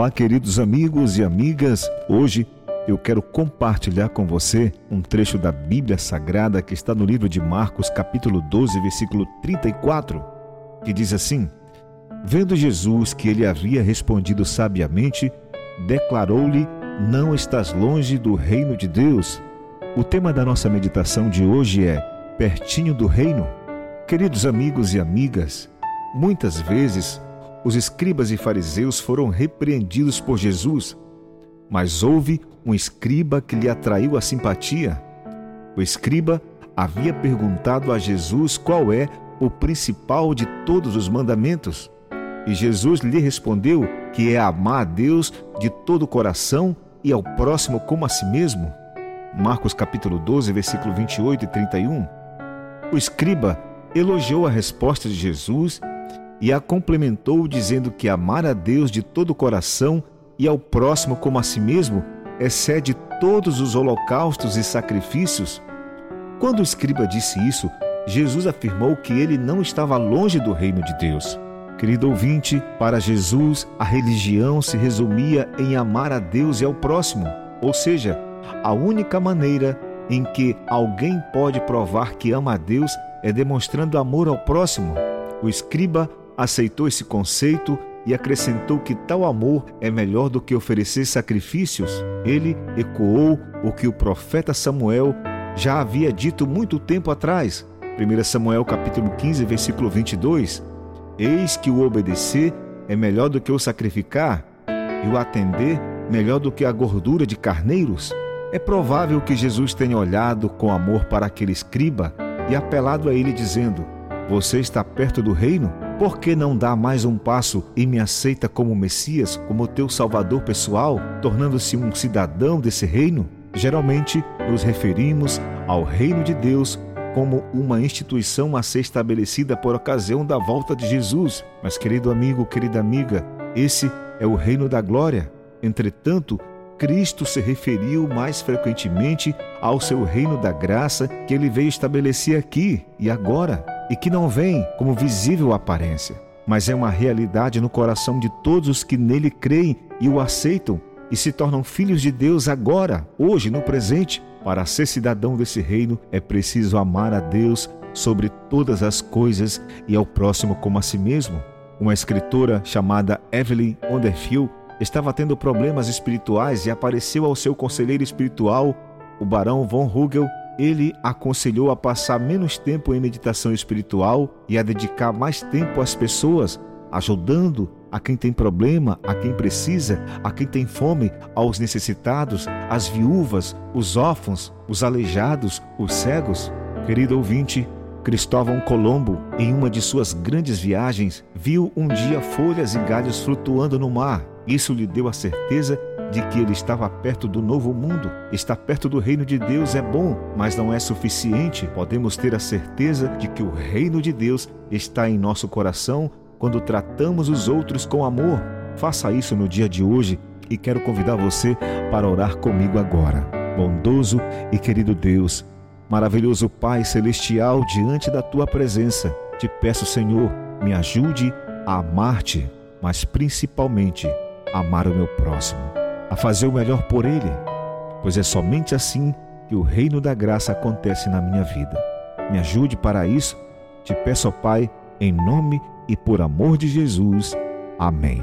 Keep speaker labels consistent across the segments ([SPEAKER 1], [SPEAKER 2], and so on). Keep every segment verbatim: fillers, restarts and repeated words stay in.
[SPEAKER 1] Olá, queridos amigos e amigas. Hoje eu quero compartilhar com você um trecho da Bíblia Sagrada que está no livro de Marcos, capítulo doze, versículo trinta e quatro, que diz assim: Vendo Jesus que ele havia respondido sabiamente, declarou-lhe: Não estás longe do reino de Deus. O tema da nossa meditação de hoje é pertinho do reino. Queridos amigos e amigas, muitas vezes os escribas e fariseus foram repreendidos por Jesus, mas houve um escriba que lhe atraiu a simpatia. O escriba havia perguntado a Jesus qual é o principal de todos os mandamentos, e Jesus lhe respondeu que é amar a Deus de todo o coração e ao próximo como a si mesmo. Marcos capítulo doze, versículo vinte e oito e trinta e um. O escriba elogiou a resposta de Jesus e a complementou dizendo que amar a Deus de todo o coração e ao próximo como a si mesmo excede todos os holocaustos e sacrifícios. Quando o escriba disse isso, Jesus afirmou que ele não estava longe do reino de Deus. Querido ouvinte, para Jesus a religião se resumia em amar a Deus e ao próximo, ou seja, a única maneira em que alguém pode provar que ama a Deus é demonstrando amor ao próximo. O escriba aceitou esse conceito e acrescentou que tal amor é melhor do que oferecer sacrifícios. Ele ecoou o que o profeta Samuel já havia dito muito tempo atrás. primeiro Samuel capítulo quinze, versículo vinte e dois. Eis que o obedecer é melhor do que o sacrificar, e o atender melhor do que a gordura de carneiros. É provável que Jesus tenha olhado com amor para aquele escriba e apelado a ele dizendo: Você está perto do reino? Por que não dá mais um passo e me aceita como Messias, como teu Salvador pessoal, tornando-se um cidadão desse reino? Geralmente nos referimos ao reino de Deus como uma instituição a ser estabelecida por ocasião da volta de Jesus. Mas, querido amigo, querida amiga, esse é o reino da glória. Entretanto, Cristo se referiu mais frequentemente ao seu reino da graça que ele veio estabelecer aqui e agora, e que não vem como visível aparência, mas é uma realidade no coração de todos os que nele creem e o aceitam e se tornam filhos de Deus agora, hoje, no presente. Para ser cidadão desse reino é preciso amar a Deus sobre todas as coisas e ao próximo como a si mesmo. Uma escritora chamada Evelyn Onderfield estava tendo problemas espirituais e apareceu ao seu conselheiro espiritual, o barão von Hugel. Ele aconselhou a passar menos tempo em meditação espiritual e a dedicar mais tempo às pessoas, ajudando a quem tem problema, a quem precisa, a quem tem fome, aos necessitados, às viúvas, os órfãos, os aleijados, os cegos. Querido ouvinte, Cristóvão Colombo, em uma de suas grandes viagens, viu um dia folhas e galhos flutuando no mar. Isso lhe deu a certeza de que ele estava perto do novo mundo. Estar perto do reino de Deus é bom, mas não é suficiente. Podemos ter a certeza de que o reino de Deus está em nosso coração quando tratamos os outros com amor. Faça isso no dia de hoje e quero convidar você para orar comigo agora. Bondoso e querido Deus, maravilhoso Pai Celestial, diante da Tua presença, te peço, Senhor, me ajude a amar-te, mas principalmente amar o meu próximo, a fazer o melhor por ele, pois é somente assim que o reino da graça acontece na minha vida. Me ajude para isso, te peço, ó Pai, em nome e por amor de Jesus. Amém.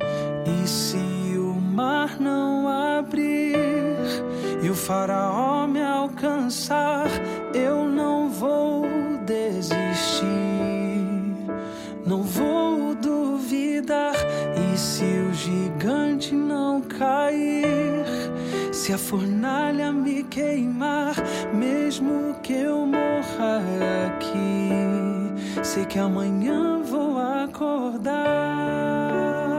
[SPEAKER 2] E se o mar não abrir e o faraó me alcançar, eu não vou desistir, não vou duvidar. E se o gigante não cair, se a fornalha me queimar, mesmo que eu morra aqui, sei que amanhã vou acordar.